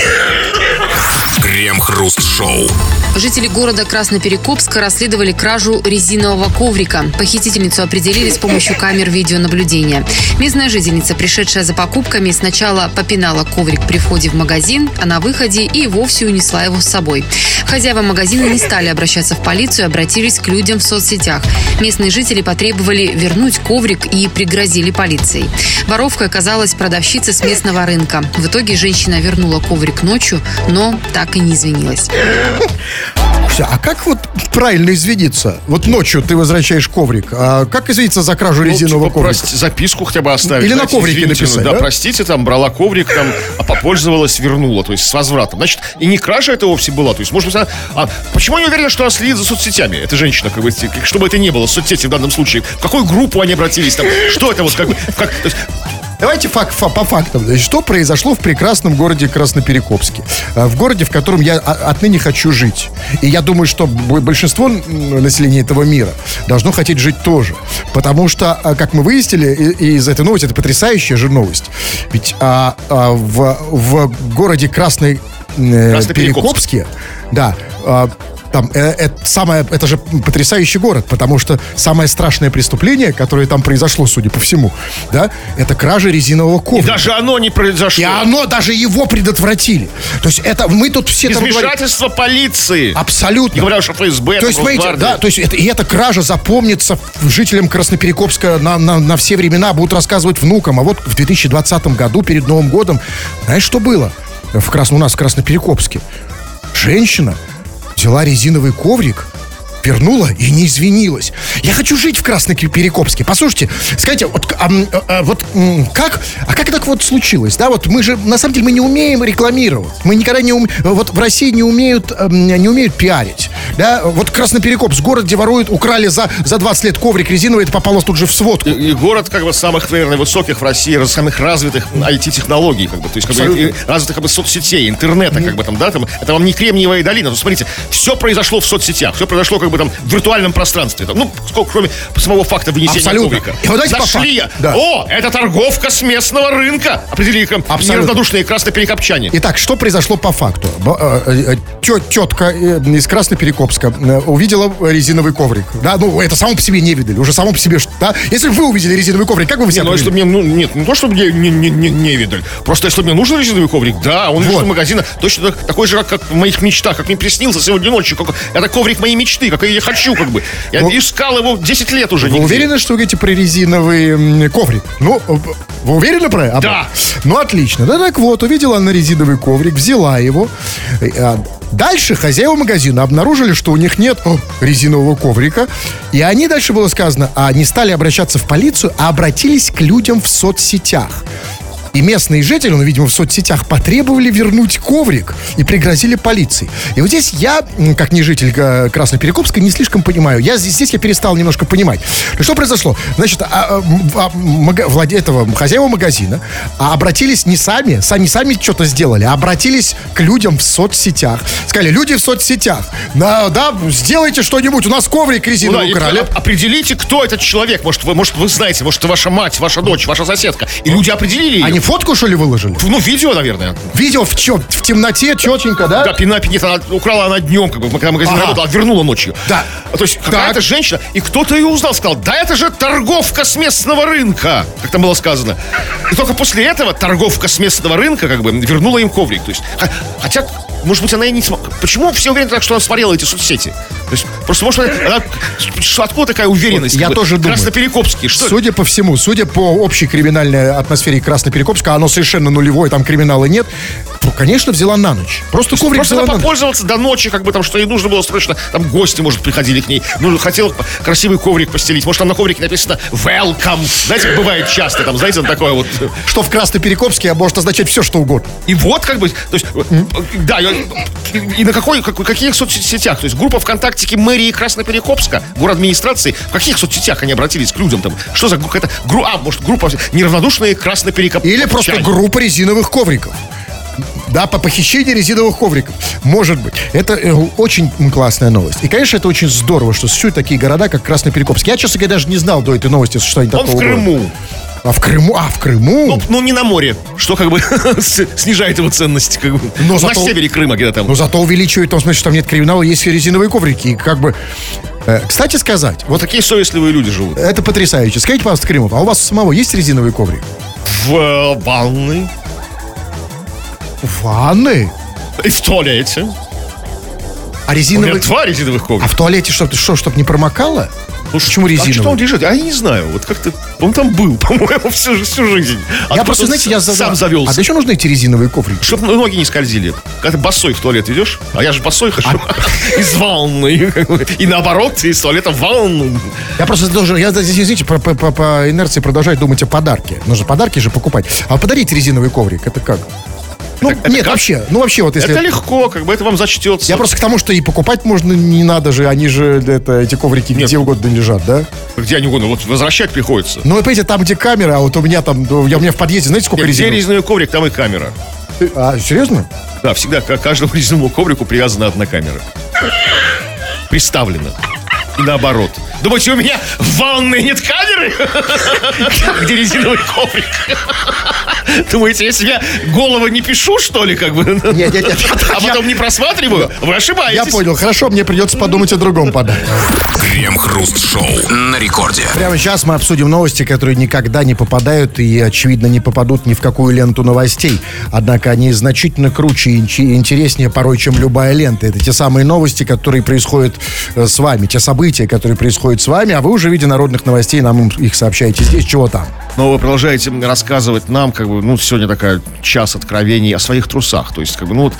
Крем-хруст-шоу.
Жители города Красноперекопска расследовали кражу резинового коврика. Похитительницу определили с помощью камер видеонаблюдения. Местная жительница, пришедшая за покупками, сначала попинала коврик при входе в магазин, а на выходе и вовсе унесла его с собой. Хозяева магазина не стали обращаться в полицию, обратились к людям в соцсетях. Местные жители потребовали вернуть коврик и пригрозили полицией. Воровкой оказалась продавщица с местного рынка. В итоге женщина вернула коврик ночью, но так и не извинилась.
А как вот правильно извиниться? Вот ночью ты возвращаешь коврик. А как извиниться за кражу резинового коврика?
Записку хотя бы оставить.
Или на коврике написать,
да? Простите, там, брала коврик, там, попользовалась, вернула. То есть с возвратом. Значит, и не кража это вовсе была. То есть, может быть, она... почему не уверена, что она следит за соцсетями? Эта женщина, как бы, чтобы это не было, соцсети в данном случае. В какую группу они обратились? Там, что это вот, как бы... То есть,
давайте по фактам. Значит, что произошло в прекрасном городе Красноперекопске? В городе, в котором я отныне хочу жить. И я думаю, что большинство населения этого мира должно хотеть жить тоже. Потому что, как мы выяснили из этой новости, это потрясающая же новость. Ведь в городе Красноперекопске, да, Там, это же потрясающий город, потому что самое страшное преступление, которое там произошло, судя по всему, да, это кража резинового коврика.
И даже оно не произошло.
И даже его предотвратили. То есть это мы тут все
там говорим... Вмешательство полиции.
Абсолютно.
Не говоря уж о ФСБ,
то есть, смотрите, да, то есть эта кража запомнится жителям Красноперекопска на все времена, будут рассказывать внукам. А вот в 2020 году, перед Новым годом, знаешь, что было? У нас в Красноперекопске. Женщина взяла резиновый коврик, вернула и не извинилась. Я хочу жить в Красноперекопске. Послушайте, скажите, как так вот случилось? Да, вот мы же, на самом деле, мы не умеем рекламировать. Мы никогда не умеем, вот в России не умеют пиарить. Да, вот Красноперекопск, город, где украли за 20 лет коврик резиновый, это попало тут же в сводку.
И город, как бы, самых, наверное, высоких в России, самых развитых IT-технологий, как бы, то есть, как бы, развитых, как бы, соцсетей, интернета, как бы, там, да, там, это вам не Кремниевая долина. Ну, смотрите, все произошло в соцсетях, все произошло, как бы, там, в виртуальном пространстве. Там, кроме самого факта вынесения коврика. Зашли. Да. О, это торговка с местного рынка. Определили неравнодушные красноперекопчане.
Итак, что произошло по факту? Тетка из Красноперекопска увидела резиновый коврик. Да, ну, это само по себе не видели. Уже само по себе, да? Если бы вы увидели резиновый коврик, как бы вы себя повели?
Нет, не то, чтобы не видели. Просто если мне нужен резиновый коврик, да, он лежит в магазине точно такой же, как в моих мечтах, как мне приснился сегодня ночью. Это коврик моей мечты, как я хочу, как бы. Я искал его 10 лет уже.
Вы уверены, что вы говорите про резиновый коврик? Ну, вы уверены про это?
Да.
Ну, отлично. Да, так вот, увидела она резиновый коврик, взяла его. Дальше хозяева магазина обнаружили, что у них нет резинового коврика. И они, дальше было сказано, не стали обращаться в полицию, а обратились к людям в соцсетях. И местные жители, видимо, в соцсетях потребовали вернуть коврик и пригрозили полицией. И вот здесь я, как не житель Красноперекопска, не слишком понимаю. Здесь я перестал немножко понимать. Что произошло? Значит, хозяева магазина обратились не сами что-то сделали, а обратились к людям в соцсетях. Сказали, люди в соцсетях, да, сделайте что-нибудь, у нас коврик резиновый украли.
Определите, кто этот человек. Может, вы знаете, может, это ваша мать, ваша дочь, ваша соседка. И люди определили ее.
Они фотку, что ли, выложили?
Ну, видео, наверное.
Видео в чем? В темноте, четенько, да?
Да, украла она днем, как бы, когда магазин работал, вернула ночью.
Да.
То есть какая-то женщина, и кто-то ее узнал, сказал, да это же торговка с местного рынка, как там было сказано. И только после этого торговка с местного рынка, как бы, вернула им коврик. То есть, хотя, может быть, она и не смогла. Почему все уверены так, что она смотрела эти соцсети? То есть, просто, может, откуда такая уверенность?
Я тоже думаю.
Красноперекопский, что
судя по всему, судя по общей криминальной атмосфере Красноперекопска, оно совершенно нулевое, там криминала нет. Ну, конечно, взяла на ночь. Просто коврик
просто
взяла на ночь.
Попользоваться до ночи, как бы там, что ей нужно было срочно. Там гости, может, приходили к ней. Ну, хотела красивый коврик постелить. Может, там на коврике написано «Welcome». Знаете, как бывает часто, там, знаете, такое вот.
Что в Красноперекопске может означать все, что угодно.
И вот, как бы, то есть, да, и на каких соцсетях? То есть, группа ВКонтактике мэрии Красноперекопска, город администрации, в каких соцсетях они обратились к людям там? Что за какая-то может, группа неравнодушные Красноперекопчане?
Или просто группа резиновых ковриков. Да, по похищению резиновых ковриков. Может быть. Это очень классная новость. И, конечно, это очень здорово, что существуют такие города, как Красноперекопск. Я, честно говоря, даже не знал до этой новости, что они такого.
Он в Крыму.
В Крыму?
Ну, не на море, что как бы снижает его ценность. Как бы. На севере Крыма где-то там.
Но зато увеличивает, в том смысле, что там нет криминала, есть резиновые коврики. И как бы... Кстати сказать...
Вот такие совестливые люди живут.
Это потрясающе. Скажите, пожалуйста, Крымов, а у вас самого есть резиновый коврик?
В ванной.
В ванной?
И в туалете.
А резиновый...
У меня 2 резиновых коврика.
А в туалете чтоб не промокало?
Ну, почему резиновый? А что он лежит? Я не знаю. Вот как-то... Он там был, по-моему, всю жизнь.
Я просто, знаете,
сам завелся.
А зачем нужны эти резиновые коврики?
Чтобы ноги не скользили. Когда ты босой в туалет идешь, а я же босой хожу, из ванны. И наоборот, из туалета в ванну.
Я просто должен... Я здесь, извините, по инерции продолжаю думать о подарке. Нужно подарки же покупать. А подарить резиновый коврик, это как? Ну, это нет, как? вообще, вот если...
Это легко, как бы это вам зачтется.
Я просто к тому, что и покупать можно не надо же, они же, эти коврики где угодно лежат, да?
Где они угодно, вот возвращать приходится.
Ну, вы понимаете, там, где камера, а вот у меня там, у меня в подъезде, знаете, сколько резиновых?
Где резиновый коврик, там и камера.
А, серьезно?
Да, всегда к каждому резиновому коврику привязана одна камера. Приставлена. И наоборот. Думаете, у меня в ванной нет камеры? Где резиновый коврик? Думаете, я себе голову не пишу, что ли, как бы?
Нет.
А потом не просматриваю? Вы ошибаетесь.
Я понял, хорошо, мне придется подумать о другом подарке.
Крем-хруст-шоу на рекорде.
Прямо сейчас мы обсудим новости, которые никогда не попадают и, очевидно, не попадут ни в какую ленту новостей. Однако они значительно круче и интереснее порой, чем любая лента. Это те самые новости, которые происходят с вами, те события, которые происходят с вами, а вы уже в виде народных новостей нам их сообщаете здесь, чего там.
Но вы продолжаете рассказывать нам, как бы, сегодня такая час откровений о своих трусах. То есть, как бы,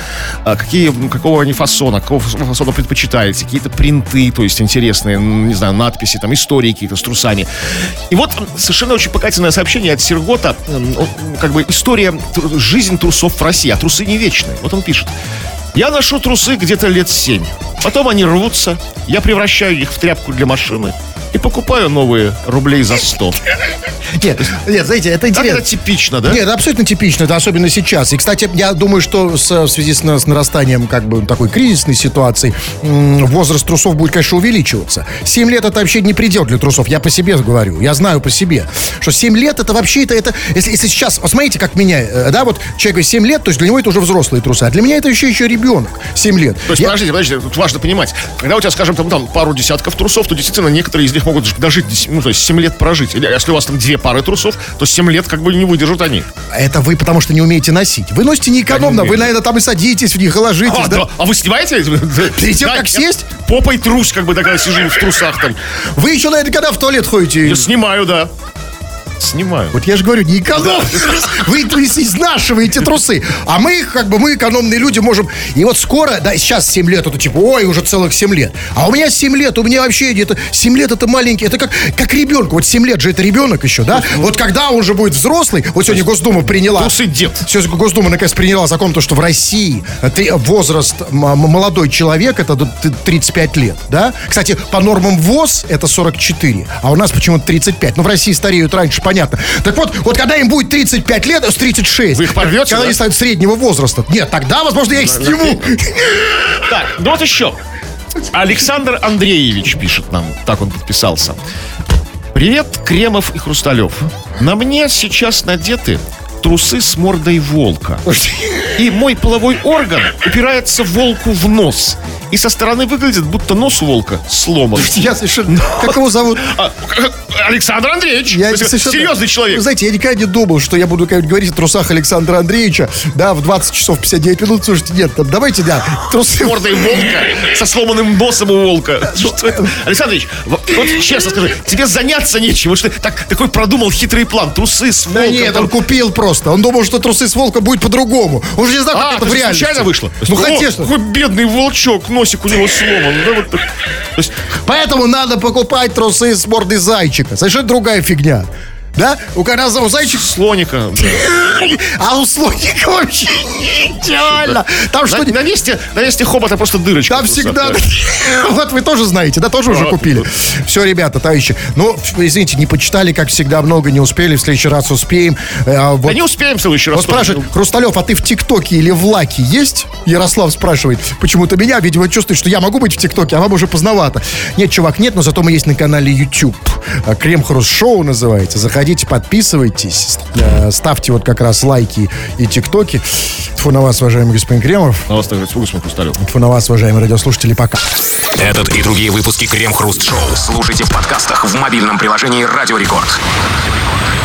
какого они фасона, какого фасона предпочитаете, какие-то принты, то есть, интересные, не знаю, надписи, там, истории какие-то с трусами. И вот совершенно очень показательное сообщение от Сергота, как бы, история, жизнь трусов в России, а трусы не вечные. Вот он пишет. Я ношу трусы где-то лет 7. Потом они рвутся, я превращаю их в тряпку для машины и покупаю новые рублей за 100.
Нет, знаете, это интересно.
Это типично, да?
Нет, абсолютно типично, это особенно сейчас. И, кстати, я думаю, что в связи с нарастанием, как бы, такой кризисной ситуации, возраст трусов будет, конечно, увеличиваться. 7 лет это вообще не предел для трусов, я по себе говорю, я знаю по себе, что 7 лет это вообще, это если сейчас, посмотрите, как меня, да, вот человеку 7 лет, то есть для него это уже взрослые трусы, а для меня это еще ребенок, 7 лет.
То есть, подождите, тут важно понимать, когда у тебя, скажем, там пару десятков трусов, то действительно некоторые из них могут дожить, то есть 7 лет прожить. Или если у вас там 2 пары трусов, то 7 лет как бы не выдержат они.
Это вы потому что не умеете носить. Вы носите не экономно, вы, наверное, там и садитесь в них, и ложитесь.
Да. А вы снимаете?
Перед тем, как сесть?
Попой трусь, как бы такая сижу в трусах там.
Вы еще, наверное, когда в туалет ходите?
Я снимаю, да. Снимаю.
Вот я же говорю, не экономно. Вы изнашиваете трусы. А мы, мы экономные люди, можем... И вот скоро, да, сейчас 7 лет, это типа, ой, уже целых 7 лет. А у меня 7 лет, у меня вообще где-то 7 лет это маленький, это как ребенку. Вот 7 лет же это ребенок еще, да? Вот когда он уже будет взрослый, вот сегодня Госдума приняла...
Трусы дед.
Сегодня Госдума, наконец, приняла закон, то, что в России возраст молодой человек это 35 лет, да? Кстати, по нормам ВОЗ это 44, а у нас почему-то 35. Но в России стареют раньше, понятно. Так вот когда им будет 35 лет, с 36.
Вы их порвете,
когда они станут среднего возраста. Нет, тогда, возможно, я их сниму.
Так, вот еще. Александр Андреевич пишет нам, так он подписался. Привет, Кремов и Хрусталев. На мне сейчас надеты трусы с мордой волка. И мой половой орган упирается волку в нос. И со стороны выглядит, будто нос у волка сломан.
Я совершенно... Как его зовут?
Александр Андреевич. Серьезный человек.
Вы знаете, я никогда не думал, что я буду говорить о трусах Александра Андреевича, да, в 20 часов 59 минут. Слушайте, нет, давайте, да, трусы...
С мордой волка, со сломанным носом у волка. Александр Андреевич, вот честно скажи, тебе заняться нечем. Вот что ты такой продумал хитрый план. Трусы с волком.
Да нет, он купил просто. Он думал, что трусы с волком будет по-другому. Он же не знал, как это в реальности.
Случайно вышло?
Ну, конечно.
Какой бедный волчок, носик у него сломан. Да, вот так.
Поэтому надо покупать трусы с мордой зайчика. Совершенно другая фигня. Да? У зайчика...
Слоника. Да.
А у слоника вообще идеально. Там что...
На месте хобота просто дырочка.
Там всегда... Вот вы тоже знаете, да? Тоже уже купили. Все, ребята, товарищи. Ну, извините, не почитали, как всегда, много не успели. В следующий раз успеем.
Да не успеем в следующий раз.
Вот спрашивает, Хрусталев, а ты в ТикТоке или в Лаке есть? Ярослав спрашивает. Почему-то меня, видимо, чувствует, что я могу быть в ТикТоке, а вам уже поздновато. Нет, чувак, нет, но зато мы есть на канале YouTube. Крем-хруст-шоу называется. Заходите, подписывайтесь, ставьте вот как раз лайки и тиктоки. Тьфу на вас, уважаемый господин Кремов.
На вас также господин Хрусталев.
Тьфу на вас, уважаемые радиослушатели, пока.
Этот и другие выпуски Крем-хруст-шоу слушайте в подкастах в мобильном приложении Радио Рекорд.